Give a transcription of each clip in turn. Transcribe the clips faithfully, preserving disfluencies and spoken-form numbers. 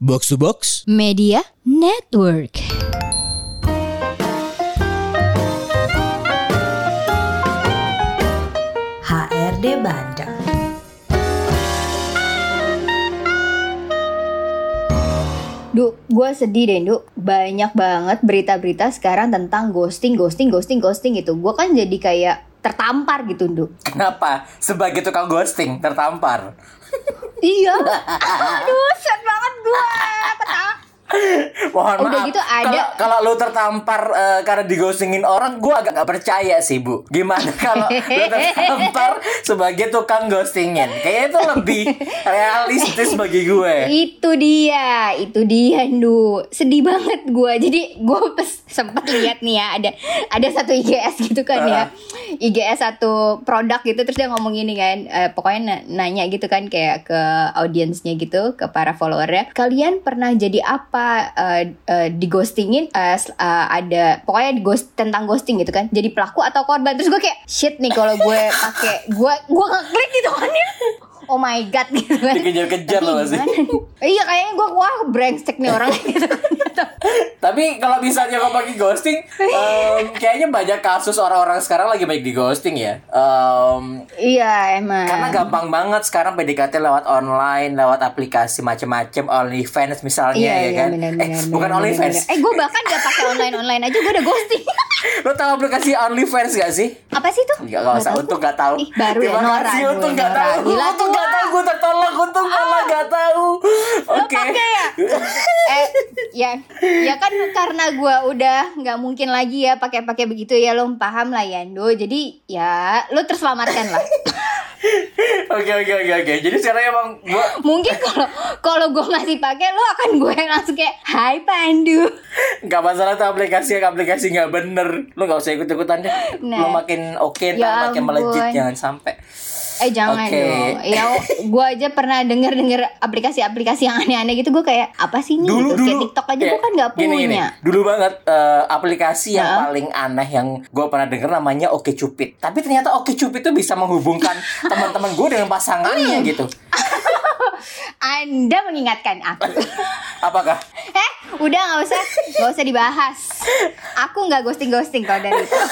Box to Box Media Network. H R D Bandung. Duh, gue sedih deh, Duh. Banyak banget berita-berita sekarang tentang ghosting, ghosting, ghosting, ghosting gitu. Gue kan jadi kayak tertampar gitu, Duh. Kenapa? Sebagai tukang ghosting tertampar. Iya. Aduh, sad banget gue. Ketawa. Mohon Udah maaf. gitu ada- Kalau kalau lu tertampar uh, karena dighostingin orang, gue agak gak percaya sih, Bu. Gimana kalau lu tertampar sebagai tukang ghostingin? Kayaknya itu lebih realistis bagi gue. Itu dia, itu dia, Duh. Sedih banget gue. Jadi gue sempat lihat nih ya, ada ada satu I G S gitu kan ya. I G S satu produk gitu, terus dia ngomong gini kan, eh, pokoknya na- nanya gitu kan kayak ke audiensnya gitu, ke para followernya, kalian pernah jadi apa uh, uh, di ghostingin, uh, uh, ada pokoknya di ghost, tentang ghosting gitu kan, jadi pelaku atau korban. Terus gue kayak shit nih kalau gue pakai gue gue ngeklik gitu kan ya. Oh my god gitu kan. Dikejar-kejar loh masih. Iya kayaknya gue wah brengsek nih orang gitu. Tapi kalau misalnya gue pakai ghosting, um, kayaknya banyak kasus orang-orang sekarang lagi banyak di ghosting ya. Um, Iya emang. Karena gampang banget sekarang P D K T lewat online, lewat aplikasi macam-macam, OnlyFans misalnya Iya, ya iya, kan. bener, eh bener, bukan bener, OnlyFans. bener. Eh gue bahkan gak pakai online online aja gue udah ghosting. Lo tau aplikasi OnlyFans gak sih? Apa sih tuh? Gak, gak usah, untung gak tahu. Ih, baru ya, Terima Nora kasih, gue, untung gak Nora. tahu. Gila, Untung gak tua. tahu, gue tertolong. Untung malah gak tahu. Lo Oke. pakai ya? eh ya ya kan karena gue udah nggak mungkin lagi ya pakai-pakai begitu ya, lo paham lah ya, Do. Jadi ya lo terselamatkan lah. Oke oke oke oke. Jadi sekarang emang gue Mungkin kalau kalau gue ngasih pakai, lo akan gue yang langsung kayak Hai Pandu. gak masalah tuh aplikasi aplikasi gak bener. Lo gak usah ikut-ikutan deh. Nah. Lo makin oke, Ya ntar makin ampun. melejit, jangan sampai. Eh jangan Oke. dong. Ya gue aja pernah denger-denger aplikasi-aplikasi yang aneh-aneh gitu. Gue kayak apa sih ini Dulu gitu. dulu Kayak TikTok aja kayak gue kan gak gini, punya. gini. Dulu banget eh, aplikasi yang Hah? paling aneh yang gue pernah denger namanya OkCupid. Tapi ternyata OkCupid tuh bisa menghubungkan teman-teman gue dengan pasangannya gitu. Anda mengingatkan aku. Apakah? Eh udah gak usah. Gak usah dibahas. Aku gak ghosting-ghosting kalau dari itu.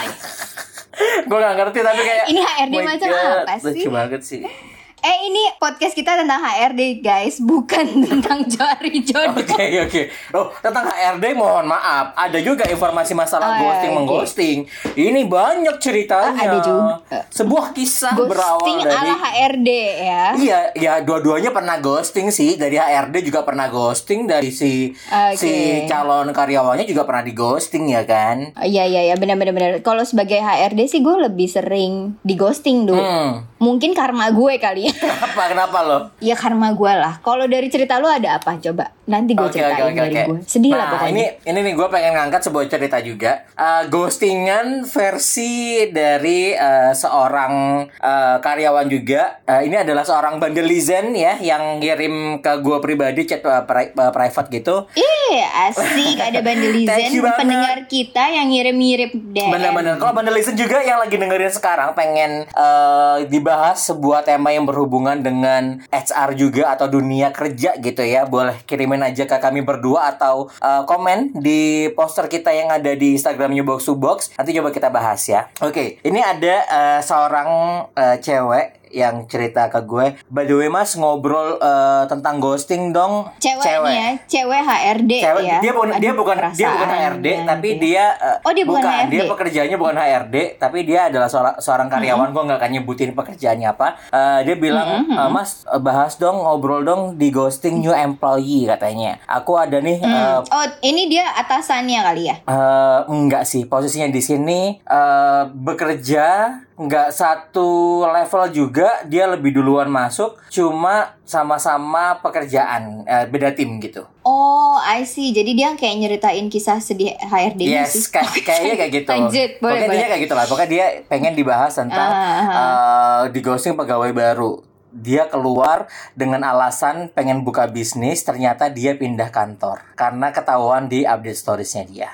Gue gak ngerti tapi kayak Ini H R D oh my macam God, apa sih? lucu banget sih. Eh ini podcast kita tentang H R D guys, bukan tentang cari jodoh. Oke oke. Oh tentang H R D mohon maaf. Ada juga informasi masalah Oh, ghosting oke. mengghosting. Ini banyak ceritanya. Ah, ada juga. Sebuah kisah berawal Ghosting dari ala H R D ya. Iya, ya dua-duanya pernah ghosting sih. Dari H R D juga pernah ghosting, dari si Oke. si calon karyawannya juga pernah di ghosting ya kan? Oh, iya iya iya benar-benar benar. Kalau sebagai H R D sih gue lebih sering di ghosting dulu. Hmm. Mungkin karma gue kali ya. Kenapa kenapa lo? Ya karma gue lah. Kalau dari cerita lu ada apa coba? Nanti gue Oke, ceritain oke, oke, dari oke. gue. Sedih nah, lah pokoknya. ini ini nih gue pengen ngangkat sebuah cerita juga. Uh, ghostingan versi dari uh, seorang uh, karyawan juga. Uh, ini adalah seorang bandelizen ya yang ngirim ke gue pribadi chat uh, pri- uh, private gitu. Ih asik ada Thank bandelizen you banget. pendengar kita yang ngirim-ngirim D M. Bener-bener. Kalau bandelizen juga yang lagi dengerin sekarang pengen uh, dibahas sebuah tema yang berhubungan dengan H R juga atau dunia kerja gitu ya, boleh kirimin aja ke kami berdua atau uh, komen di poster kita yang ada di Instagramnya Box to Box. Nanti coba kita bahas ya. Oke, ini ada uh, seorang uh, cewek yang cerita ke gue. By the way mas, ngobrol uh, tentang ghosting dong. Cewek, nih ya, cewek H R D Cewek, ya. dia bukan dia Aduh, bukan dia bukan H R D perasaannya tapi gitu ya. dia uh, Oh, dia bukan H R D. Dia pekerjaannya bukan H R D tapi dia adalah seorang seorang karyawan. Gue nggak akan nyebutin pekerjaannya apa. Uh, dia bilang Mm-hmm. "Uh, mas uh, bahas dong, ngobrol dong di ghosting new employee katanya. Aku ada nih. Uh, Oh ini dia atasannya kali ya. uh, enggak sih, posisinya di sini uh, bekerja nggak satu level juga, dia lebih duluan masuk, cuma sama-sama pekerjaan, uh, beda tim gitu. Oh, I see. Jadi dia kayak nyeritain kisah sedih H R D-nya sih. Yes, kayak, kayaknya kayak gitu. Lanjut, boleh, Pokoknya boleh. dia kayak gitu lah. Pokoknya dia pengen dibahas tentang Ah, ah. uh, di ghosting pegawai baru. Dia keluar dengan alasan pengen buka bisnis, ternyata dia pindah kantor karena ketahuan di update storiesnya dia.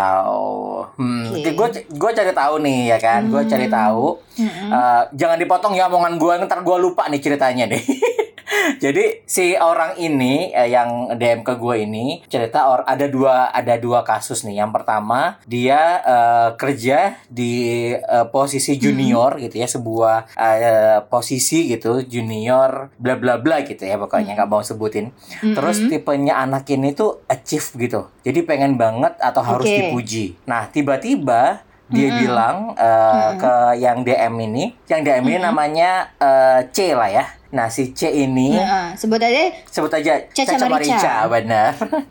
Wow, hmm, Oke. gue gue cari tahu nih ya kan, gue cari tahu. Uh, jangan dipotong ya omongan gue, ntar gue lupa nih ceritanya nih. Jadi si orang ini eh, yang D M ke gue ini cerita or ada dua ada dua kasus nih. Yang pertama dia eh, kerja di eh, posisi junior gitu ya, sebuah eh, posisi gitu junior bla bla bla gitu ya pokoknya nggak mau sebutin. Terus tipenya anak ini tuh achieve gitu. Jadi pengen banget atau harus Oke. dipuji. Nah tiba-tiba dia Mm-mm. bilang eh, ke yang D M ini, yang D M ini namanya eh, C lah ya. Nah si C ini Heeh, sebut aja sebut aja Caca Caca Marica. Marica, benar.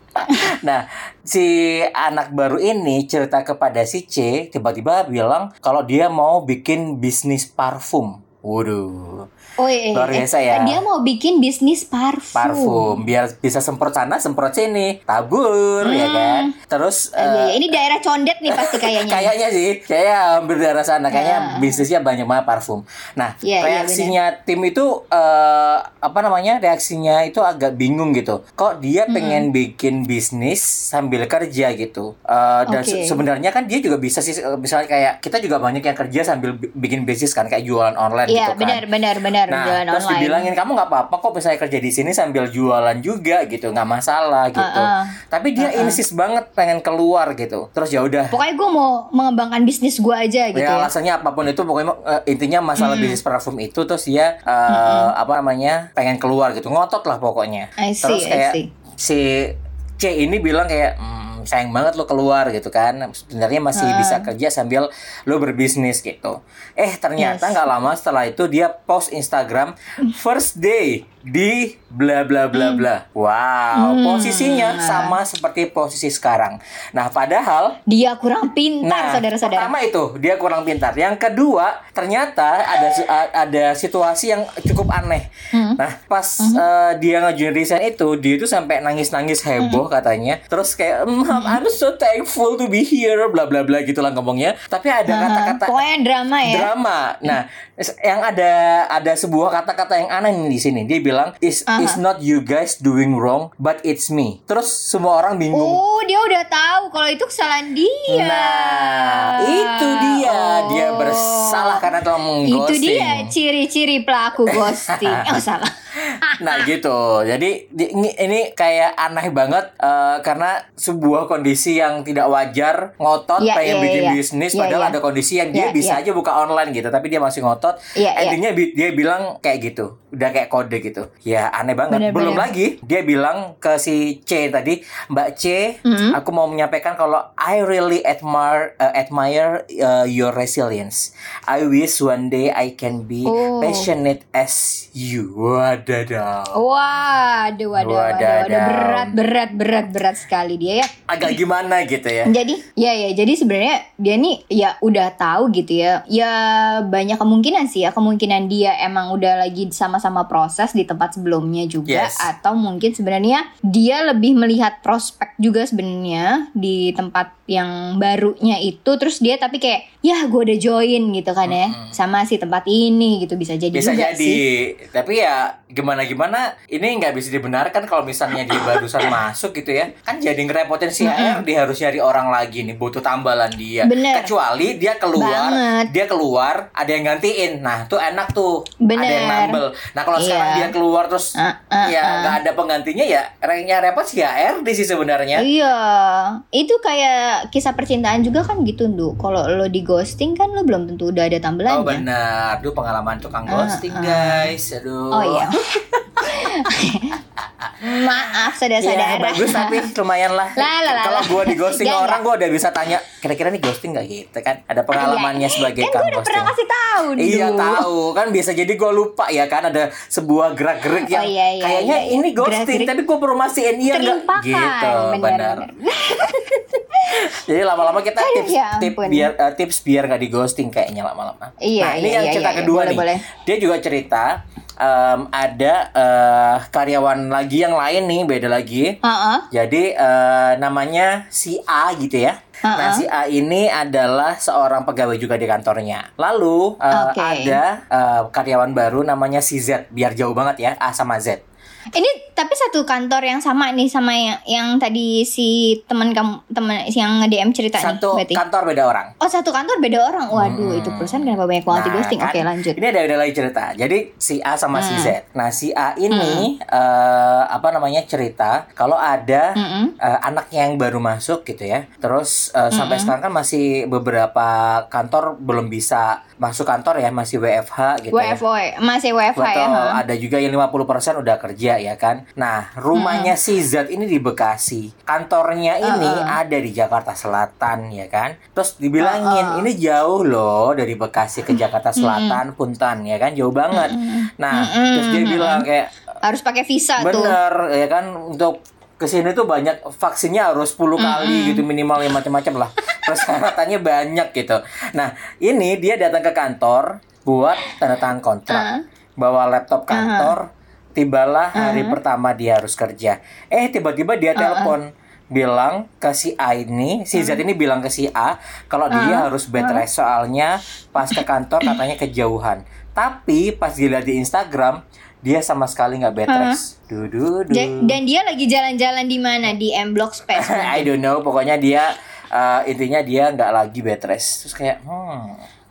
Nah, si anak baru ini cerita kepada si C, tiba-tiba bilang kalau dia mau bikin bisnis parfum. Waduh, Oh iya, luar iya. biasa ya. Dia mau bikin bisnis parfum. Parfum biar bisa semprot sana semprot sini tabur ya kan. Terus Ah, iya, eh, iya. Ini daerah condet nih pasti kayaknya. kayaknya sih, kayaknya hampir daerah sana. Kayaknya bisnisnya banyak banget parfum. Nah, Iya, iya, reaksinya tim itu eh, apa namanya? Reaksinya itu agak bingung gitu. Kok dia pengen bikin bisnis sambil kerja gitu? Eh, dan Oke. se- sebenarnya kan dia juga bisa sih, eh, misalnya kayak kita juga banyak yang kerja sambil bi- bikin bisnis kan, kayak jualan online Iya, gitu kan. benar, benar, benar. Nah, Jualan terus online. dibilangin kamu nggak apa-apa kok misalnya kerja di sini sambil jualan juga gitu, nggak masalah gitu. Uh-uh. Tapi dia insist banget pengen keluar gitu. Terus ya udah. Pokoknya gue mau mengembangkan bisnis gue aja gitu Ya, ya. alasannya apapun itu pokoknya eh, intinya masalah bisnis parfum itu terus dia eh, apa namanya pengen keluar gitu, ngotot lah pokoknya. I see, Terus I kayak see. si C ini bilang kayak "Hmm, sayang banget lo keluar gitu kan, sebenarnya masih bisa kerja sambil lo berbisnis gitu." Eh ternyata Yes. nggak lama setelah itu dia post Instagram first day di bla bla bla bla. Wow, posisinya sama seperti posisi sekarang. Nah padahal Dia kurang pintar, Nah, saudara-saudara. pertama itu dia kurang pintar. Yang kedua, ternyata ada si- a- ada situasi yang cukup aneh. Nah, pas eh, dia ngajuin resign itu, dia itu sampai nangis-nangis heboh katanya. Terus kayak "Mm, I'm so thankful to be here, bla bla bla gitulah ngomongnya. Tapi ada kata-kata Pokoknya drama ya. drama. Nah, s- yang ada ada sebuah kata-kata yang aneh nih di sini. Dia bilang is is not you guys doing wrong, but it's me. Terus semua orang bingung. Oh, dia udah tahu kalau itu kesalahan dia. Nah, itu dia. Dia Oh. bersalah karena telah mengghosting. Itu dia ciri-ciri pelaku ghosting. Oh, salah. Nah gitu. Jadi di- ini, ini kayak aneh banget eh, karena sebuah kondisi yang tidak wajar, ngotot Iya, pengen iya, bikin iya. bisnis Iya, padahal iya. ada kondisi yang dia Iya, bisa iya. aja buka online gitu, tapi dia masih ngotot. Iya, iya. Endingnya bi- dia bilang kayak gitu. Udah kayak kode gitu. Ya aneh banget. Bener, Belum bener. lagi dia bilang ke si C tadi, "Mbak C, aku mau menyampaikan kalau I really admire uh, admire uh, your resilience. I wish one day I can be Oh. passionate as you." Wadadah. Waduh, waduh, waduh, waduh, Wadadah. berat, berat, berat, berat sekali dia ya. Agak gimana gitu ya. Jadi, ya ya, jadi sebenarnya dia nih ya udah tahu gitu ya. Ya banyak kemungkinan sih ya, kemungkinan dia emang udah lagi sama-sama proses di tempat sebelumnya juga, Yes. atau mungkin sebenarnya dia lebih melihat prospek juga sebenarnya di tempat yang barunya itu, terus dia tapi kayak ya gue udah join gitu kan ya sama si tempat ini gitu, bisa jadi Bisa juga jadi. sih. Tapi ya gimana-gimana ini nggak bisa dibenarkan kalau misalnya dia barusan masuk gitu ya. Kan jadi ngerepotin si H R, dia harus nyari orang lagi nih, butuh tambalan dia. Bener. Kecuali dia keluar, Banget. dia keluar, ada yang gantiin. Nah, tuh enak tuh. Bener. Ada yang nambel. Nah, kalau Iya. sekarang dia keluar terus Ah, ah, ya ah. nggak ada penggantinya ya, yang repot si H R di sih sebenarnya. Iya, itu kayak kisah percintaan juga kan gitu, Ndu. Kalau lo di ghosting kan lo belum tentu udah ada tambelannya. Oh benar, duh pengalaman tukang ghosting ah. guys, aduh. Oh iya. Maaf, Ya saudara-saudara. bagus tapi lumayan lah. Lah, lah, lah, Kalau lah. gue di ghosting Enggak, orang, gue udah bisa tanya kira-kira nih ghosting nggak gitu kan? Ada pengalamannya Iya. sebagai Kan kang gue udah pernah ghosting. kasih tahu, Ndu. Iya tahu kan, bisa jadi gue lupa ya kan, ada sebuah gerak-gerik yang Oh, iya, iya, kayaknya iya, iya. ini ghosting Gerak-gerik tapi gue perlu mastiin iya nggak Terlupakan. gitu. Benar, Benar. benar. Jadi lama-lama kita Aduh, tips ya tip ampun. biar eh, tips biar nggak di ghosting kayaknya lama-lama. Iya, Nah ini iya, yang iya, cerita iya, kedua boleh, nih. boleh. Dia juga cerita em, ada eh, karyawan lagi yang lain nih, beda lagi. Heeh. Jadi eh, namanya si A gitu ya. Nah Uh-uh. si A ini adalah seorang pegawai juga di kantornya. Lalu eh, Oke. ada eh, karyawan baru namanya si Z. Biar jauh banget ya, A sama Z. Ini tapi satu kantor yang sama nih sama yang yang tadi si teman kamu teman yang nge-D M cerita Satu nih berarti. kantor beda orang. Oh, satu kantor beda orang. Waduh, Hmm. itu perusahaan kenapa banyak banget di Nah, ghosting? kan, Oke, lanjut. Ini ada ada lagi cerita. Jadi si A sama si Hmm. Z. Nah, si A ini eh, apa namanya cerita kalau ada Mm-mm. eh, anaknya yang baru masuk gitu ya. Terus eh, sampai sekarang kan masih beberapa kantor belum bisa masuk kantor ya, masih W F H gitu W ya. F O masih W F H ya. Betul, ha? ada juga yang lima puluh persen udah kerja ya kan. Nah, rumahnya si Z ini di Bekasi. Kantornya ini Uh-uh. ada di Jakarta Selatan ya kan. Terus dibilangin ini jauh loh dari Bekasi ke Jakarta Selatan, Punten ya kan, jauh banget. Nah, terus dia bilang kayak Harus pakai visa tuh. bener ya kan, untuk kesini tuh banyak vaksinnya harus sepuluh kali gitu minimal, ya macam-macam lah. Persyaratannya banyak gitu. Nah, ini dia datang ke kantor buat tanda tangan kontrak. Uh. Bawa laptop kantor, tibalah hari pertama dia harus kerja. Eh, tiba-tiba dia telepon bilang ke si A ini, si Z ini bilang ke si A kalau dia harus bed rest soalnya pas ke kantor katanya kejauhan. Tapi pas dilihat di Instagram, dia sama sekali nggak bed rest. Duh, duh, duh. Ja- Dan dia lagi jalan-jalan di mana? Di M Block Space. I don't know, pokoknya dia uh, intinya dia nggak lagi bed rest. Terus kayak, hmm,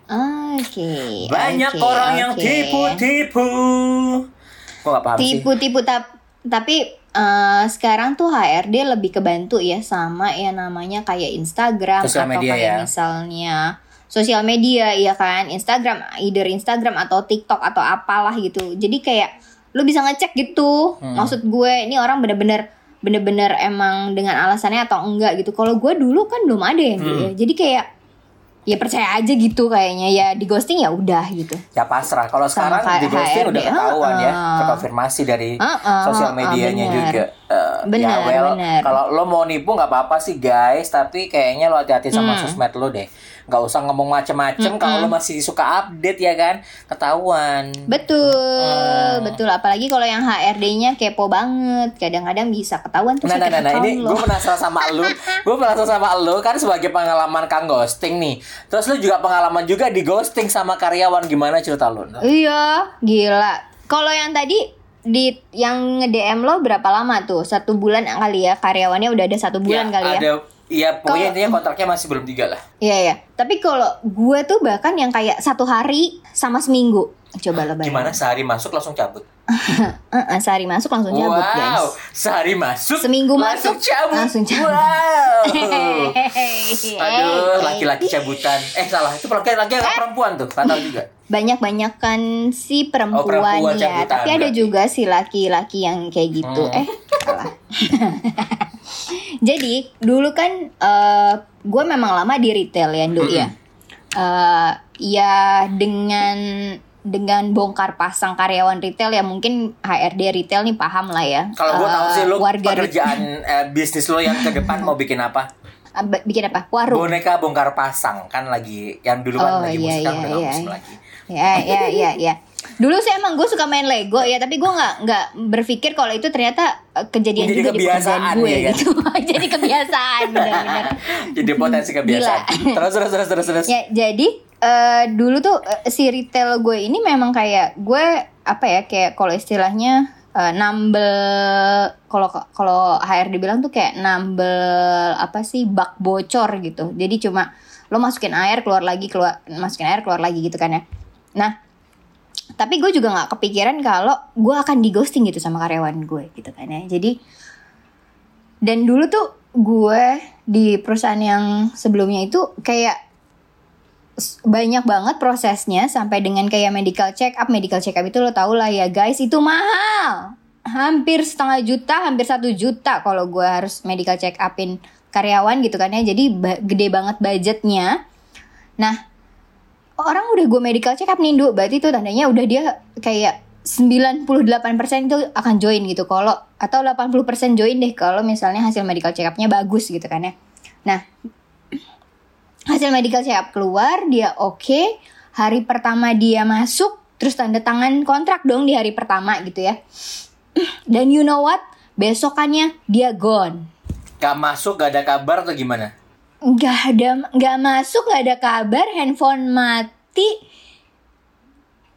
Oke. banyak oke, orang yang oke. tipu-tipu. Kok nggak paham sih? Tipu-tipu tap- tapi eh, sekarang tuh H R D lebih kebantu ya sama yang namanya kayak Instagram Sosial atau media kayak ya. misalnya sosial media ya kan, Instagram, either Instagram atau TikTok atau apalah gitu. Jadi kayak lu bisa ngecek gitu. Hmm. Maksud gue ini orang bener-bener bener-bener emang dengan alasannya atau enggak gitu. Kalau gue dulu kan belum ada ya, Hmm. ya. Jadi kayak ya percaya aja gitu kayaknya, ya di ghosting ya udah gitu. Ya pasrah. Kalau Sama sekarang kayak di ghosting H R D, udah ketahuan ya, uh-uh. terkonfirmasi dari Uh-uh, sosial uh-uh, medianya bener. juga. Eh, Bener, ya well, bener. kalau lo mau nipu nggak apa-apa sih guys, tapi kayaknya lo hati-hati sama Hmm. sosmed lo deh. Nggak usah ngomong macem-macem kalau lo masih suka update ya kan, ketahuan. Betul, betul. Apalagi kalau yang H R D-nya kepo banget, kadang-kadang bisa ketahuan tuh Nah, nah, secret nah, nah, account ini lo. gue penasaran sama lu. Gue penasaran sama lu kan sebagai pengalaman kang ghosting nih. Terus lu juga pengalaman juga di ghosting sama karyawan, gimana cerita lu? Iya, gila. Kalau yang tadi di yang nge-D M lo berapa lama tuh? Satu bulan kali ya, karyawannya udah ada satu bulan kali ya. Ada, iya pokoknya Kalau- intinya kontraknya masih belum tiga lah. Iya ya. Tapi kalau gue tuh bahkan yang kayak satu hari sama seminggu. Coba lo bayangin. Gimana sehari masuk langsung cabut? Uh-uh, sehari masuk langsung cabut, wow, guys. sehari masuk, Seminggu langsung masuk, cabut. langsung cabut. Wow. Hehehe. Aduh, laki-laki cabutan. Eh salah, itu laki-laki atau perempuan tuh? Nggak tahu juga. Banyak-banyakan si perempuan, Oh, perempuan ya, cabutan tapi ada berarti. juga si laki-laki yang kayak gitu. Hmm. Eh, salah. Jadi dulu kan eh gue memang lama di retail ya, Ndu ya. Eh, ya dengan dengan bongkar pasang karyawan retail ya mungkin H R D retail nih paham lah ya. Kalau gue tahu Eh, sih lu warga pekerjaan eh, bisnis lo yang ke depan mau bikin apa? Eh, b- bikin apa? Warung. Boneka bongkar pasang kan lagi yang dulu Oh, kan lagi iya, musik kan iya, udah nggak iya, musim iya. lagi. Ya, ya, ya, ya. Dulu sih emang gue suka main Lego ya, tapi gue nggak nggak berpikir kalau itu ternyata eh, kejadian Jadi juga di kebiasaan pekerjaan gue ya kan? gitu. Jadi kebiasaan benar-benar. Jadi potensi kebiasaan. Gila. Terus terus terus terus terus. Ya, jadi eh, dulu tuh eh, si retail gue ini memang kayak gue apa ya, kayak kalau istilahnya eh, nambel, kalau kalau H R D bilang tuh kayak nambel apa sih, bak bocor gitu. Jadi cuma lo masukin air keluar lagi, keluar masukin air keluar lagi gitu kan ya. Nah, tapi gue juga nggak kepikiran kalau gue akan di ghosting gitu sama karyawan gue gitu kan ya. Jadi dan dulu tuh gue di perusahaan yang sebelumnya itu kayak s- banyak banget prosesnya sampai dengan kayak medical check up. Medical check up itu lo tau lah ya guys, itu mahal. Hampir setengah juta, hampir satu juta kalau gue harus medical check upin karyawan gitu kan ya. Jadi ba- gede banget budgetnya. Nah, orang udah gue medical check up nih, Ndu, berarti itu tandanya udah dia kayak sembilan puluh delapan persen itu akan join gitu. Kalau atau delapan puluh persen join deh kalau misalnya hasil medical check up-nya bagus gitu kan ya. Nah, hasil medical check up keluar, dia oke. Hari pertama dia masuk, terus tanda tangan kontrak dong di hari pertama gitu ya. Dan you know what? Besokannya dia gone. Gak masuk, gak ada kabar atau gimana? Nggak ada, nggak masuk, nggak ada kabar, handphone mati.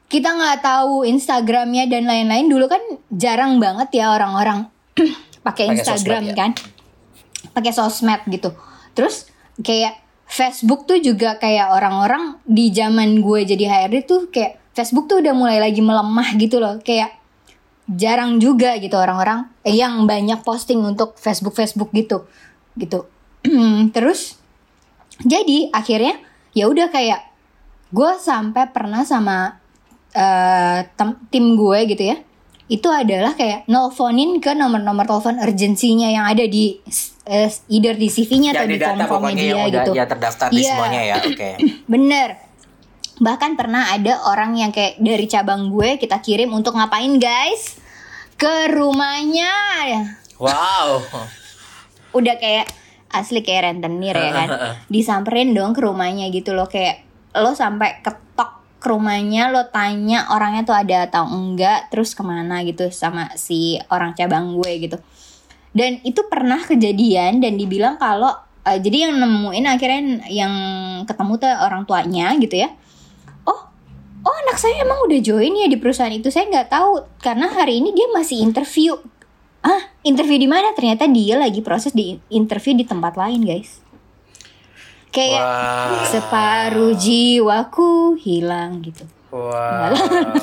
kita nggak tahu Instagramnya dan lain-lain. Dulu kan jarang banget ya orang-orang pakai Instagram sosmed, ya. Kan, pakai sosmed gitu. Terus kayak Facebook tuh juga kayak orang-orang di zaman gue jadi H R D tuh kayak Facebook tuh udah mulai lagi melemah gitu loh. Kayak jarang juga gitu orang-orang yang banyak posting untuk Facebook-Facebook gitu gitu. Terus jadi akhirnya ya udah kayak gue sampai pernah sama uh, tem- tim gue gitu ya. Itu adalah kayak nelfonin ke nomor-nomor telepon urgensinya yang ada di uh, either di C V-nya atau di form-formnya dia gitu. Ya terdaftar di yeah. semuanya ya. Oke. Okay. Bener. Bahkan pernah ada orang yang kayak dari cabang gue kita kirim untuk ngapain guys? Ke rumahnya. Wow. Udah kayak asli kayak rentenir ya kan. Disamperin dong ke rumahnya gitu loh, kayak lo sampai ketok ke rumahnya, lo tanya orangnya tuh ada atau enggak, terus kemana gitu sama si orang cabang gue gitu. Dan itu pernah kejadian dan dibilang kalau uh, jadi yang nemuin akhirnya yang ketemu tuh orang tuanya gitu ya. Oh, oh anak saya emang udah join ya di perusahaan itu, saya nggak tahu karena hari ini dia masih interview. Ah, interview di mana? Ternyata dia lagi proses di interview di tempat lain guys. Kayak wow. Separuh jiwaku hilang gitu. Wow.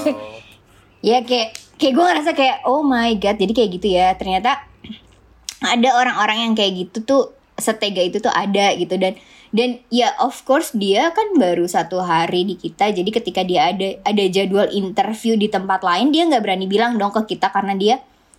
Ya kayak kayak gue ngerasa kayak oh my god, jadi kayak gitu ya. Ternyata ada orang-orang yang kayak gitu tuh, setega itu tuh ada gitu. Dan dan ya of course dia kan baru satu hari di kita. Jadi ketika dia ada ada jadwal interview di tempat lain, dia nggak berani bilang dong ke kita karena dia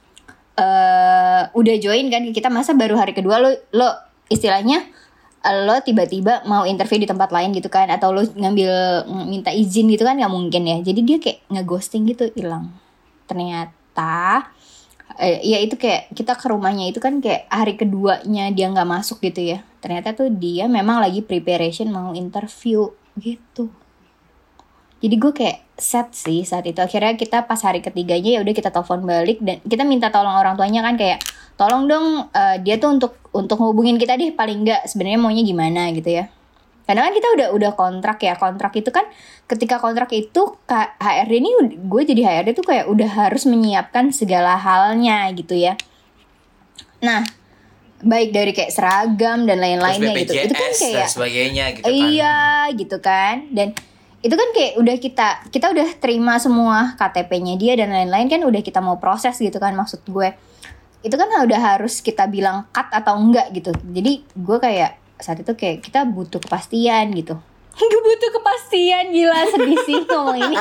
uh, udah join kan ke kita. Masa baru hari kedua lo lo istilahnya lo tiba-tiba mau interview di tempat lain gitu kan, atau lo ngambil minta izin gitu kan, nggak mungkin ya. Jadi dia kayak ngeghosting gitu, hilang. Ternyata eh, ya itu kayak kita ke rumahnya itu kan kayak hari keduanya dia nggak masuk gitu ya. Ternyata tuh dia memang lagi preparation mau interview gitu. Jadi gue kayak sad sih saat itu. Akhirnya kita pas hari ketiganya ya udah kita telepon balik dan kita minta tolong orang tuanya kan, kayak tolong dong uh, dia tuh untuk untuk hubungin kita deh paling enggak sebenarnya maunya gimana gitu ya. Karena kan kita udah udah kontrak ya. Kontrak itu kan ketika kontrak itu H R D ini gue jadi H R D tuh kayak udah harus menyiapkan segala halnya gitu ya. Nah, baik dari kayak seragam dan lain-lainnya gitu. Itu kan kayak dan sebagainya gitu kan. Iya, gitu kan. Dan itu kan kayak udah kita kita udah terima semua K T P-nya dia dan lain-lain kan, udah kita mau proses gitu kan, maksud gue. Itu kan udah harus kita bilang cut atau enggak gitu. Jadi gue kayak saat itu kayak kita butuh kepastian gitu. Gue butuh kepastian, gila sedih sih ngomong ini.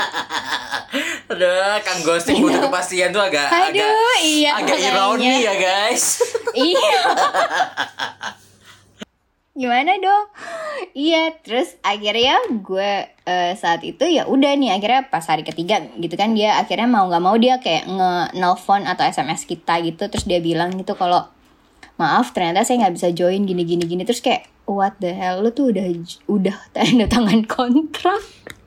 Aduh, kan ghosting butuh kepastian tuh agak Aduh, agak iya, agak ironi ya guys. Iya. Gimana dong? Iya, terus akhirnya gue uh, saat itu ya udah nih, akhirnya pas hari ketiga gitu kan, dia akhirnya mau nggak mau dia kayak nge-nelfon atau S M S kita gitu. Terus dia bilang gitu kalau maaf ternyata saya nggak bisa join gini gini gini. Terus kayak what the hell, lu tuh udah udah tanda tangan kontrak.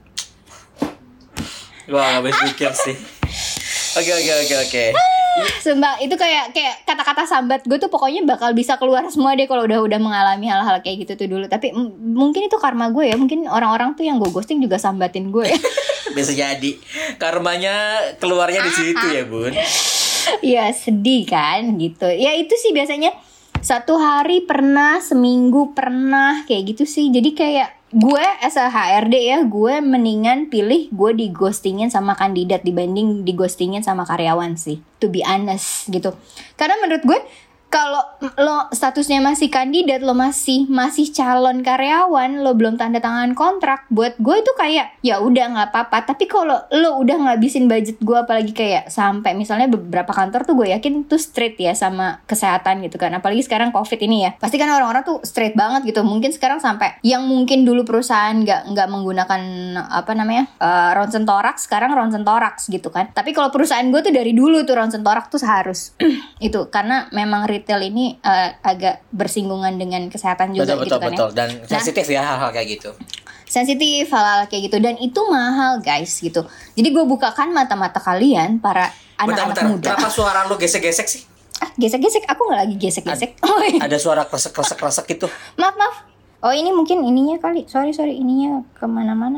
Wah, gak bisa pikir sih. Oke oke oke oke. Sumpah itu kayak kayak kata-kata sambat gue tuh pokoknya bakal bisa keluar semua deh kalau udah udah mengalami hal-hal kayak gitu tuh dulu. Tapi m- mungkin itu karma gue ya. Mungkin orang-orang tuh yang gue ghosting juga sambatin gue. Bisa jadi karmanya keluarnya di situ ya bun. Iya sedih kan gitu. Ya itu sih biasanya satu hari pernah, seminggu pernah kayak gitu sih. Jadi kayak gue as a H R D ya, gue mendingan pilih gue di ghostingin sama kandidat dibanding di ghostingin sama karyawan sih, to be honest gitu. Karena menurut gue kalau lo statusnya masih kandidat, lo masih masih calon karyawan, lo belum tanda tangan kontrak, buat gue itu kayak ya udah nggak apa-apa. Tapi kalau lo udah ngabisin budget gue, apalagi kayak sampai misalnya beberapa kantor tuh gue yakin tuh straight ya sama kesehatan gitu kan. Apalagi sekarang COVID ini ya, pasti kan orang-orang tuh straight banget gitu. Mungkin sekarang sampai yang mungkin dulu perusahaan nggak nggak menggunakan apa namanya uh, ronsen toraks, sekarang ronsen toraks gitu kan. Tapi kalau perusahaan gue tuh dari dulu tuh ronsen toraks tuh harus itu karena memang retail ini uh, agak bersinggungan dengan kesehatan juga betul, gitu betul, kan betul. ya. Dan sensitif nah, ya hal-hal kayak gitu. Sensitif hal-hal kayak gitu dan itu mahal guys gitu. Jadi gue bukakan mata-mata kalian para anak-anak bentar, bentar. muda. Kenapa suara lu gesek-gesek sih? Ah, gesek-gesek, aku nggak lagi gesek-gesek. Ad, oh, iya. Ada suara kresek-kresek-kresek gitu. Maaf maaf. Oh ini mungkin ininya kali. Sorry sorry ininya kemana-mana nih.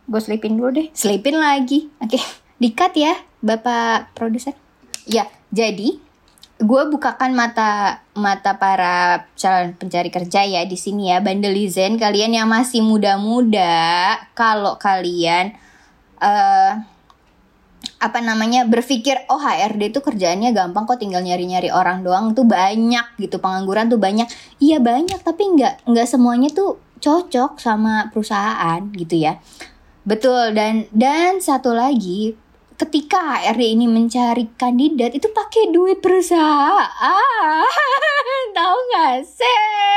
gue selipin dulu deh. Selipin lagi. Oke, di-cut ya, Bapak produser. Ya, jadi gue bukakan mata mata para calon pencari kerja ya di sini ya, bandelizen, kalian yang masih muda-muda, kalau kalian uh, apa namanya berpikir oh H R D itu kerjaannya gampang kok, tinggal nyari-nyari orang doang, tuh banyak gitu, pengangguran tuh banyak. Iya banyak, tapi nggak nggak semuanya tuh cocok sama perusahaan gitu ya. Betul. Dan dan satu lagi, ketika H R D ini mencari kandidat itu pakai duit perusahaan, tahu nggak sih?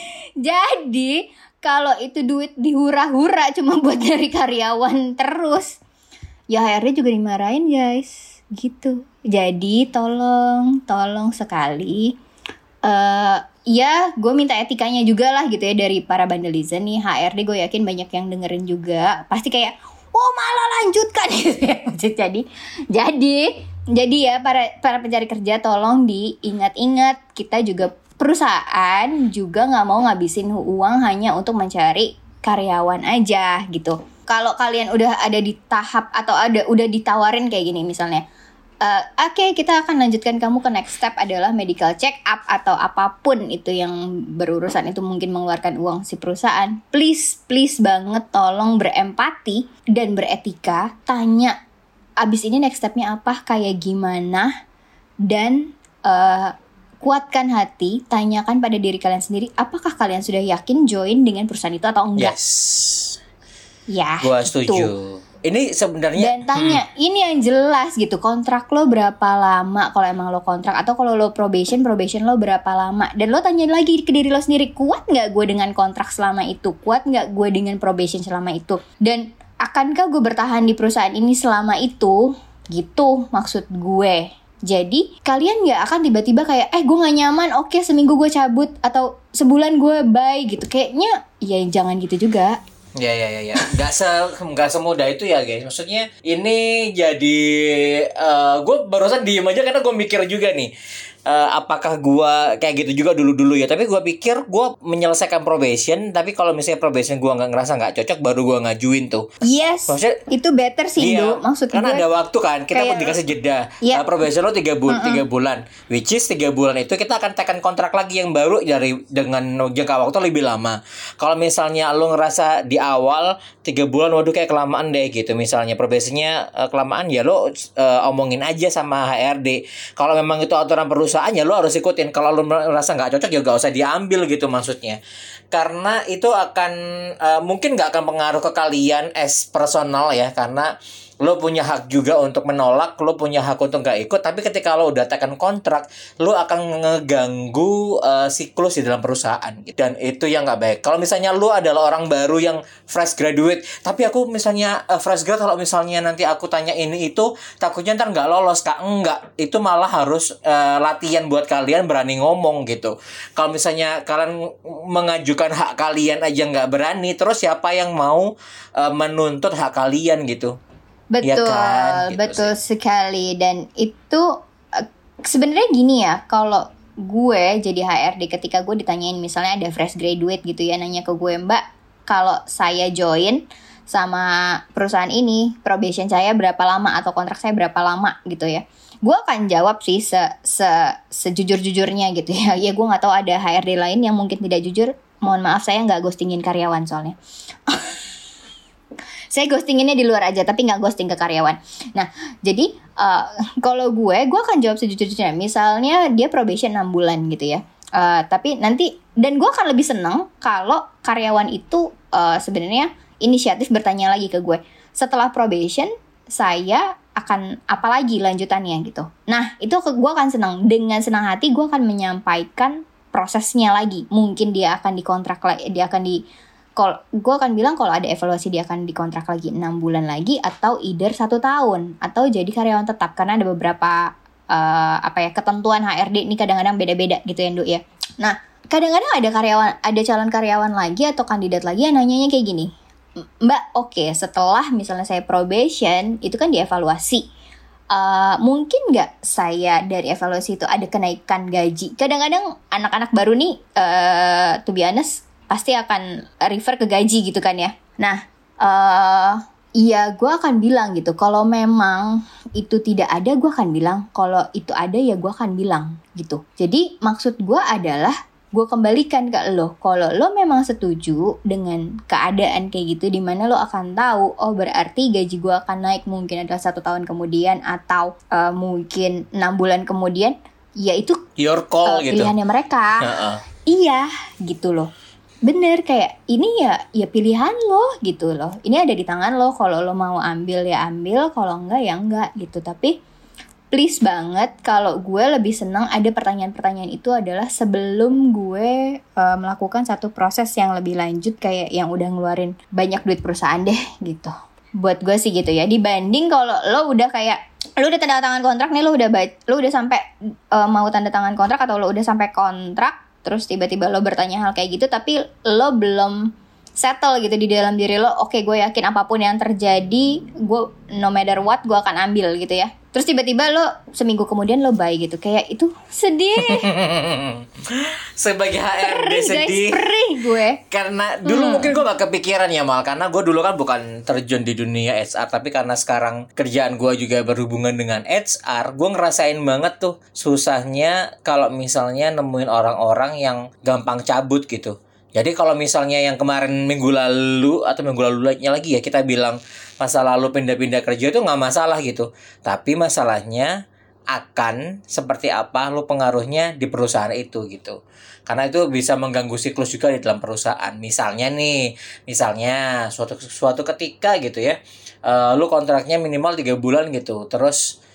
Jadi kalau itu duit dihura-hura cuma buat nyari karyawan terus, ya H R D juga dimarahin guys, gitu. Jadi tolong, tolong sekali, uh, ya gue minta etikanya juga lah gitu ya dari para bandelizen nih. H R D gue yakin banyak yang dengerin juga, pasti kayak oh malah lanjutkan gitu ya. Jadi jadi jadi ya para para pencari kerja tolong diingat-ingat, kita juga perusahaan juga nggak mau ngabisin uang hanya untuk mencari karyawan aja gitu. Kalau kalian udah ada di tahap atau ada udah ditawarin kayak gini misalnya, uh, oke okay, kita akan lanjutkan kamu ke next step adalah medical check up atau apapun itu yang berurusan itu mungkin mengeluarkan uang si perusahaan. Please, please banget tolong berempati dan beretika. Tanya abis ini next stepnya apa, kayak gimana, dan uh, kuatkan hati, tanyakan pada diri kalian sendiri, apakah kalian sudah yakin join dengan perusahaan itu atau enggak. Yes. Ya, gua setuju. Itu. Ini sebenarnya dan tanya, hmm. ini yang jelas gitu, kontrak lo berapa lama kalau emang lo kontrak, atau kalau lo probation, probation lo berapa lama. Dan lo tanya lagi ke diri lo sendiri, kuat gak gue dengan kontrak selama itu, kuat gak gue dengan probation selama itu, dan akankah gue bertahan di perusahaan ini selama itu, gitu maksud gue. Jadi kalian gak akan tiba-tiba kayak eh gue gak nyaman, oke seminggu gue cabut, atau sebulan gue bye gitu. Kayaknya ya jangan gitu juga. Ya ya ya ya, nggak se nggak semudah itu ya guys. Maksudnya ini jadi uh, gue barusan diem aja karena gue mikir juga nih. Uh, apakah gue kayak gitu juga dulu-dulu ya. Tapi gue pikir gue menyelesaikan probation. Tapi kalau misalnya probation gue gak ngerasa gak cocok, baru gue ngajuin tuh. Yes, maksudnya, itu better sih iya, maksud kan gue. Kan ada waktu kan, kita kayak, dikasih jeda yeah. uh, probation lo tiga bul- uh-uh. bulan. Which is tiga bulan itu kita akan tekan kontrak lagi yang baru dari dengan jangka waktu lebih lama. Kalau misalnya lo ngerasa di awal tiga bulan waduh kayak kelamaan deh gitu, misalnya probationnya uh, kelamaan, ya lo uh, omongin aja sama H R D. Kalau memang itu aturan perusahaan ya lo harus ikutin. Kalau lo merasa nggak cocok ya gak usah diambil gitu maksudnya. Karena itu akan uh, mungkin nggak akan pengaruh ke kalian as personal ya, karena lo punya hak juga untuk menolak, lo punya hak untuk gak ikut. Tapi ketika lo udah tekan kontrak, lo akan ngeganggu uh, siklus di dalam perusahaan, dan itu yang gak baik. Kalau misalnya lo adalah orang baru yang fresh graduate, tapi aku misalnya uh, fresh grad, kalau misalnya nanti aku tanya ini itu, takutnya ntar gak lolos. Kak, enggak, itu malah harus uh, latihan buat kalian berani ngomong gitu. Kalau misalnya kalian mengajukan hak kalian aja gak berani, terus siapa yang mau uh, menuntut hak kalian gitu. Betul, ya kan? Gitu betul sih. Sekali. Dan itu uh, sebenarnya gini ya, kalau gue jadi H R D, ketika gue ditanyain misalnya ada fresh graduate gitu ya, nanya ke gue, Mbak, kalau saya join sama perusahaan ini, probation saya berapa lama atau kontrak saya berapa lama gitu ya, gue akan jawab sih se, se sejujur-jujurnya gitu ya. Ya gue nggak tahu ada H R D lain yang mungkin tidak jujur. Mohon maaf, saya nggak ghostingin karyawan soalnya. Saya ghostinginnya di luar aja, tapi nggak ghosting ke karyawan. Nah, jadi uh, kalau gue, gue akan jawab sejujur-jujurnya. Misalnya dia probation enam bulan gitu ya. Uh, tapi nanti, dan gue akan lebih seneng kalau karyawan itu uh, sebenarnya inisiatif bertanya lagi ke gue. Setelah probation, saya akan apa lagi lanjutannya gitu. Nah, itu gue akan senang. Dengan senang hati gue akan menyampaikan prosesnya lagi. Mungkin dia akan dikontrak lagi, dia akan di... Kalau gue akan bilang kalau ada evaluasi dia akan dikontrak lagi enam bulan lagi, atau either satu tahun, atau jadi karyawan tetap, karena ada beberapa uh, apa ya ketentuan H R D ini kadang-kadang beda-beda gitu ya, Nduk ya. Nah, kadang-kadang ada karyawan, ada calon karyawan lagi atau kandidat lagi yang nanyanya kayak gini, Mbak, oke okay, setelah misalnya saya probation itu kan dievaluasi, uh, mungkin nggak saya dari evaluasi itu ada kenaikan gaji? Kadang-kadang anak-anak baru nih, uh, to be honest, pasti akan refer ke gaji gitu kan ya. Nah, uh, iya gue akan bilang gitu. Kalau memang itu tidak ada, gue akan bilang. Kalau itu ada ya gue akan bilang gitu. Jadi maksud gue adalah gue kembalikan ke lo. Kalau lo memang setuju dengan keadaan kayak gitu, dimana lo akan tahu, oh berarti gaji gue akan naik mungkin adalah satu tahun kemudian atau uh, mungkin enam bulan kemudian, ya itu your call uh, gitu. Pilihannya mereka. Uh-uh. Iya gitu loh. Bener, kayak ini ya ya pilihan lo gitu loh. Ini ada di tangan lo. Kalau lo mau ambil ya ambil, kalau enggak ya enggak gitu. Tapi please banget, kalau gue lebih senang ada pertanyaan-pertanyaan itu adalah sebelum gue uh, melakukan satu proses yang lebih lanjut, kayak yang udah ngeluarin banyak duit perusahaan deh gitu. Buat gue sih gitu ya, dibanding kalau lo udah kayak lo udah tanda tangan kontrak nih, lo udah ba- lo udah sampai uh, mau tanda tangan kontrak atau lo udah sampai kontrak, terus tiba-tiba lo bertanya hal kayak gitu tapi lo belum settle gitu di dalam diri lo. Oke, okay, gue yakin apapun yang terjadi, gue no matter what gue akan ambil gitu ya. Terus tiba-tiba lo seminggu kemudian lo buy gitu, kayak itu sedih. Sebagai H R D perih, sedih. Guys, perih gue. Karena dulu hmm. mungkin gue gak kepikiran ya Mal, karena gue dulu kan bukan terjun di dunia H R, tapi karena sekarang kerjaan gue juga berhubungan dengan H R, gue ngerasain banget tuh susahnya kalau misalnya nemuin orang-orang yang gampang cabut gitu. Jadi kalau misalnya yang kemarin minggu lalu atau minggu lalunya lagi ya, kita bilang masa lalu pindah-pindah kerja itu gak masalah gitu. Tapi masalahnya akan seperti apa lo pengaruhnya di perusahaan itu gitu. Karena itu bisa mengganggu siklus juga di dalam perusahaan. Misalnya nih, misalnya suatu suatu ketika gitu ya, uh, lo kontraknya minimal tiga bulan gitu. Terus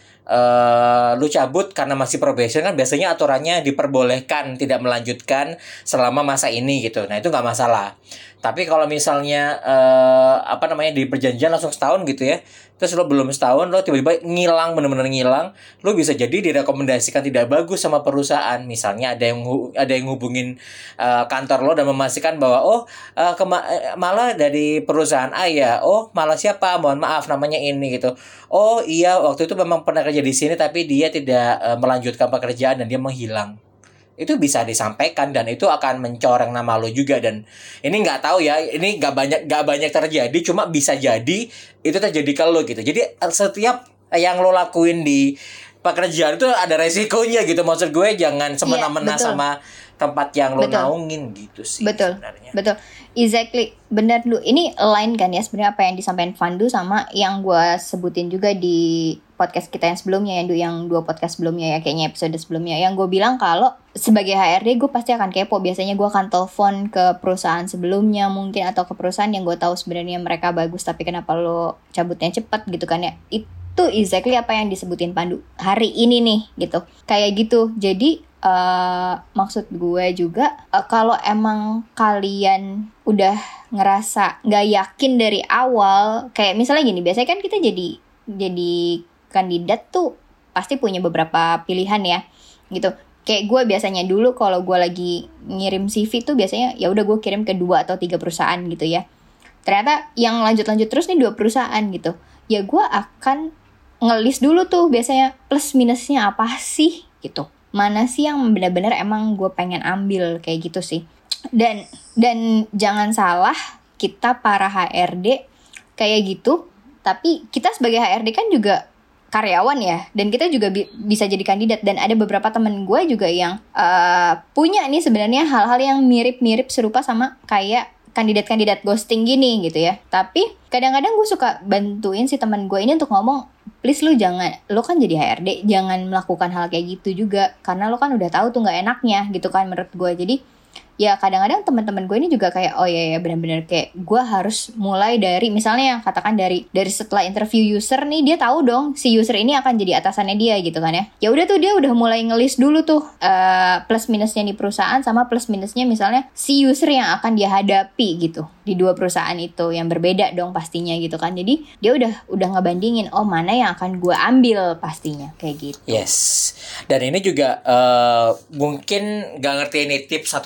Uh, lu cabut karena masih probation, kan biasanya aturannya diperbolehkan tidak melanjutkan selama masa ini gitu. Nah itu nggak masalah. Tapi kalau misalnya uh, apa namanya di perjanjian langsung setahun gitu ya, terus lo belum setahun lo tiba-tiba ngilang, bener-bener ngilang, lo bisa jadi direkomendasikan tidak bagus sama perusahaan. Misalnya ada yang ada yang hubungin uh, kantor lo dan memastikan bahwa oh uh, kema- malah dari perusahaan A ya, oh malah siapa, mohon maaf namanya ini gitu. Oh iya waktu itu memang pernah kerja di sini tapi dia tidak uh, melanjutkan pekerjaan dan dia menghilang. Itu bisa disampaikan dan itu akan mencoreng nama lo juga. Dan ini nggak tahu ya, ini nggak banyak nggak banyak terjadi, cuma bisa jadi itu terjadi ke lo gitu. Jadi setiap yang lo lakuin di pekerjaan itu ada resikonya gitu. Maksud gue jangan semena-mena yeah, sama tempat yang lo betul. naungin gitu sih. Betul, sebenarnya. betul, exactly, benar dulu. Ini align kan ya sebenarnya apa yang disampaikan Vandu sama yang gue sebutin juga di podcast kita yang sebelumnya, yang yang dua podcast sebelumnya ya, kayaknya episode sebelumnya, yang gue bilang kalau sebagai H R D gue pasti akan kepo. Biasanya gue akan telepon ke perusahaan sebelumnya mungkin, atau ke perusahaan yang gue tahu sebenarnya mereka bagus tapi kenapa lo cabutnya cepat gitu kan ya. Itu exactly apa yang disebutin Pandu hari ini nih gitu, kayak gitu. Jadi Uh, maksud gue juga uh, kalau emang kalian udah ngerasa nggak yakin dari awal, kayak misalnya gini, biasanya kan kita jadi jadi kandidat tuh pasti punya beberapa pilihan ya gitu. Kayak gue biasanya dulu kalau gue lagi ngirim C V tuh biasanya ya udah gue kirim ke dua atau tiga perusahaan gitu ya. Ternyata yang lanjut-lanjut terus nih dua perusahaan gitu. Ya gue akan ngelis dulu tuh biasanya plus minusnya apa sih gitu. Mana sih yang benar-benar emang gue pengen ambil, kayak gitu sih. Dan dan jangan salah, kita para H R D kayak gitu, tapi kita sebagai H R D kan juga karyawan ya, dan kita juga bi- bisa jadi kandidat. Dan ada beberapa temen gue juga yang uh, punya nih sebenarnya hal-hal yang mirip-mirip serupa sama kayak kandidat-kandidat ghosting gini gitu ya. Tapi kadang-kadang gue suka bantuin si teman gue ini untuk ngomong, please lu jangan, lu kan jadi H R D, jangan melakukan hal kayak gitu juga, karena lu kan udah tahu tuh nggak enaknya gitu kan menurut gue. Jadi ya kadang-kadang teman-teman gue ini juga kayak oh ya ya benar-benar kayak gue harus mulai dari misalnya katakan dari dari setelah interview user nih, dia tahu dong si user ini akan jadi atasannya dia gitu kan ya. Ya udah tuh dia udah mulai ngelis dulu tuh uh, plus minusnya di perusahaan sama plus minusnya misalnya si user yang akan dia hadapi gitu di dua perusahaan itu yang berbeda dong pastinya gitu kan. Jadi dia udah udah ngebandingin oh mana yang akan gue ambil pastinya kayak gitu. Yes. Dan ini juga uh, mungkin gak ngerti ini tips atau apa ya,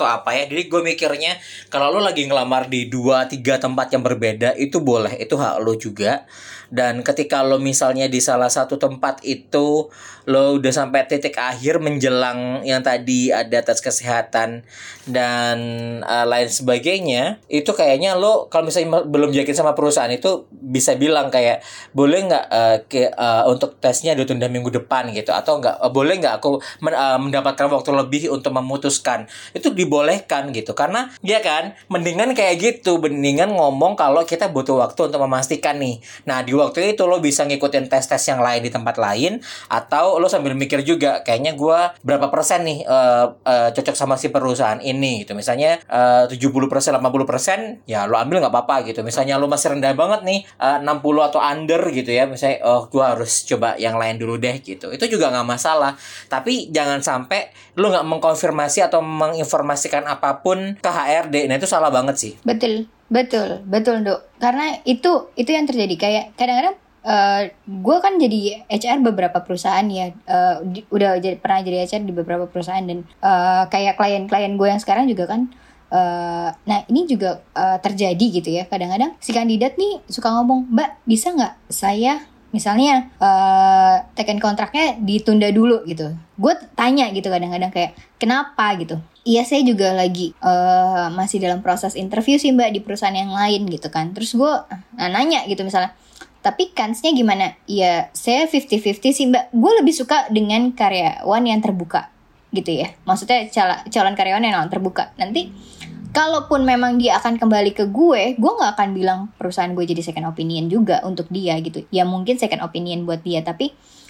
boleh. Jadi gue mikirnya kalau lo lagi ngelamar di dua tiga tempat yang berbeda itu boleh, itu hak lo juga. Dan ketika lo misalnya di salah satu tempat itu lo udah sampai titik akhir menjelang yang tadi ada tes kesehatan dan uh, lain sebagainya, itu kayaknya lo kalau misalnya belum yakin sama perusahaan itu bisa bilang kayak boleh nggak uh, ke, uh, untuk tesnya ditunda minggu depan gitu, atau nggak uh, boleh nggak aku men, uh, mendapatkan waktu lebih untuk memutuskan. Itu dibolehkan gitu, karena ya kan mendingan kayak gitu, mendingan ngomong kalau kita butuh waktu untuk memastikan nih. Nah di waktu itu lo bisa ngikutin tes-tes yang lain di tempat lain, atau lo sambil mikir juga kayaknya gue berapa persen nih uh, uh, cocok sama si perusahaan ini gitu. Misalnya uh, tujuh puluh persen, delapan puluh persen ya lo ambil nggak apa-apa gitu. Misalnya lo masih rendah banget nih uh, enam puluh atau under gitu ya, misalnya oh gue harus coba yang lain dulu deh gitu. Itu juga nggak masalah. Tapi jangan sampai lo nggak mengkonfirmasi atau menginformasikan apapun ke H R D. Nah itu salah banget sih. Betul. Betul, betul Dok. Karena itu itu yang terjadi. Kayak kadang-kadang uh, gue kan jadi H R beberapa perusahaan ya, uh, di, udah jadi, pernah jadi H R di beberapa perusahaan, dan uh, kayak klien-klien gue yang sekarang juga kan. Uh, nah ini juga uh, terjadi gitu ya. Kadang-kadang si kandidat nih suka ngomong, Mbak bisa nggak saya misalnya uh, taken kontraknya ditunda dulu gitu. Gue tanya gitu kadang-kadang kayak kenapa gitu. Iya saya juga lagi uh, masih dalam proses interview sih Mbak di perusahaan yang lain gitu kan. Terus gue nah, nanya gitu misalnya, tapi kansnya gimana? Ya saya fifty fifty sih Mbak. Gue lebih suka dengan karyawan yang terbuka gitu ya. Maksudnya cal- calon karyawan yang terbuka. Nanti kalaupun memang dia akan kembali ke gue, gue gak akan bilang perusahaan gue jadi second opinion juga untuk dia gitu. Ya mungkin second opinion buat dia, tapi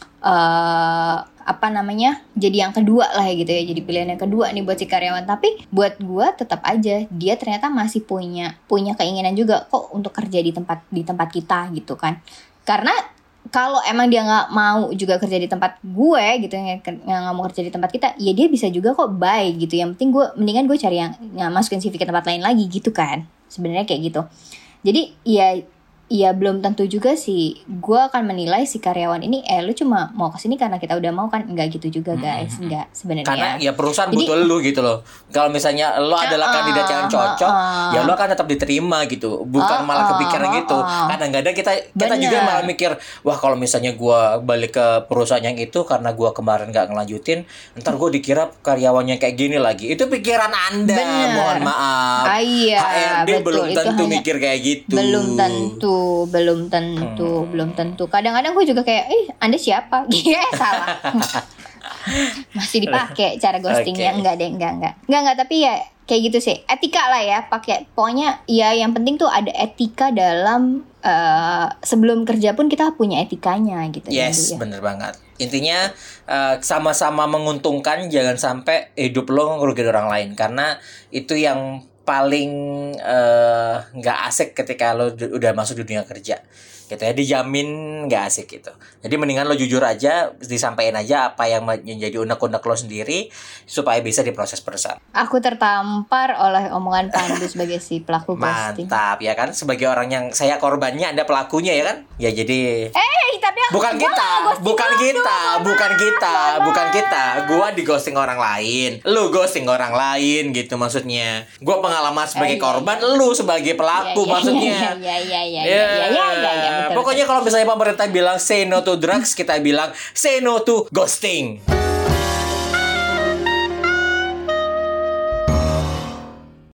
uh, apa namanya, jadi yang kedua lah gitu ya, jadi pilihan yang kedua nih buat si karyawan. Tapi buat gue tetap aja dia ternyata masih punya punya keinginan juga kok untuk kerja di tempat di tempat kita gitu kan. Karena kalau emang dia nggak mau juga kerja di tempat gue gitu, nggak mau kerja di tempat kita, ya dia bisa juga kok bye gitu. Yang penting gue mendingan gue cari yang, yang masukin C V ke tempat lain lagi gitu kan. Sebenarnya kayak gitu. Jadi ya ya belum tentu juga sih gue akan menilai si karyawan ini eh lu cuma mau kesini karena kita udah mau kan, enggak gitu juga guys. hmm. Enggak sebenarnya, karena ya perusahaan jadi, butuh lu gitu loh. Kalau misalnya lo adalah uh, kandidat yang cocok, uh, uh, ya lo akan tetap diterima gitu, bukan uh, malah kepikiran uh, gitu. uh, Kadang-kadang kita kita juga malah mikir, wah kalau misalnya gue balik ke perusahaan yang itu karena gue kemarin gak ngelanjutin, ntar gue dikira karyawannya kayak gini lagi. Itu pikiran anda. Bener. Mohon maaf, ah, iya, H R D betul, belum tentu mikir kayak gitu. Belum tentu belum tentu hmm. belum tentu. Kadang-kadang gue juga kayak, eh Anda siapa? Iya salah. Masih dipakai cara ghostingnya. Okay. Enggak deh, enggak enggak enggak enggak tapi ya kayak gitu sih. Etika lah ya, pakai. Pokoknya ya yang penting tuh ada etika dalam uh, sebelum kerja pun kita punya etikanya gitu. Yes, ya. Bener banget. Intinya uh, sama-sama menguntungkan, jangan sampai hidup lo ngerugiin orang lain, karena itu yang paling nggak uh, asik ketika lo d- udah masuk dunia kerja gitu ya, dijamin nggak asik gitu. Jadi mendingan lo jujur aja, disampaikan aja apa yang menjadi unek-unek lo sendiri supaya bisa diproses perusahaan. Aku tertampar oleh omongan Pandu sebagai si pelaku ghosting. Mantap ya kan, sebagai orang yang saya korbannya, Anda pelakunya ya kan. Ya jadi eh tapi bukan kita bukan kita bukan kita bukan kita gua di ghosting orang lain, lu ghosting orang lain gitu maksudnya. Gua pengalaman sebagai korban, lu sebagai pelaku maksudnya. Ya ya ya ya ya ya ya. Pokoknya kalau misalnya pemerintah bilang say no to drugs, kita bilang say no to ghosting.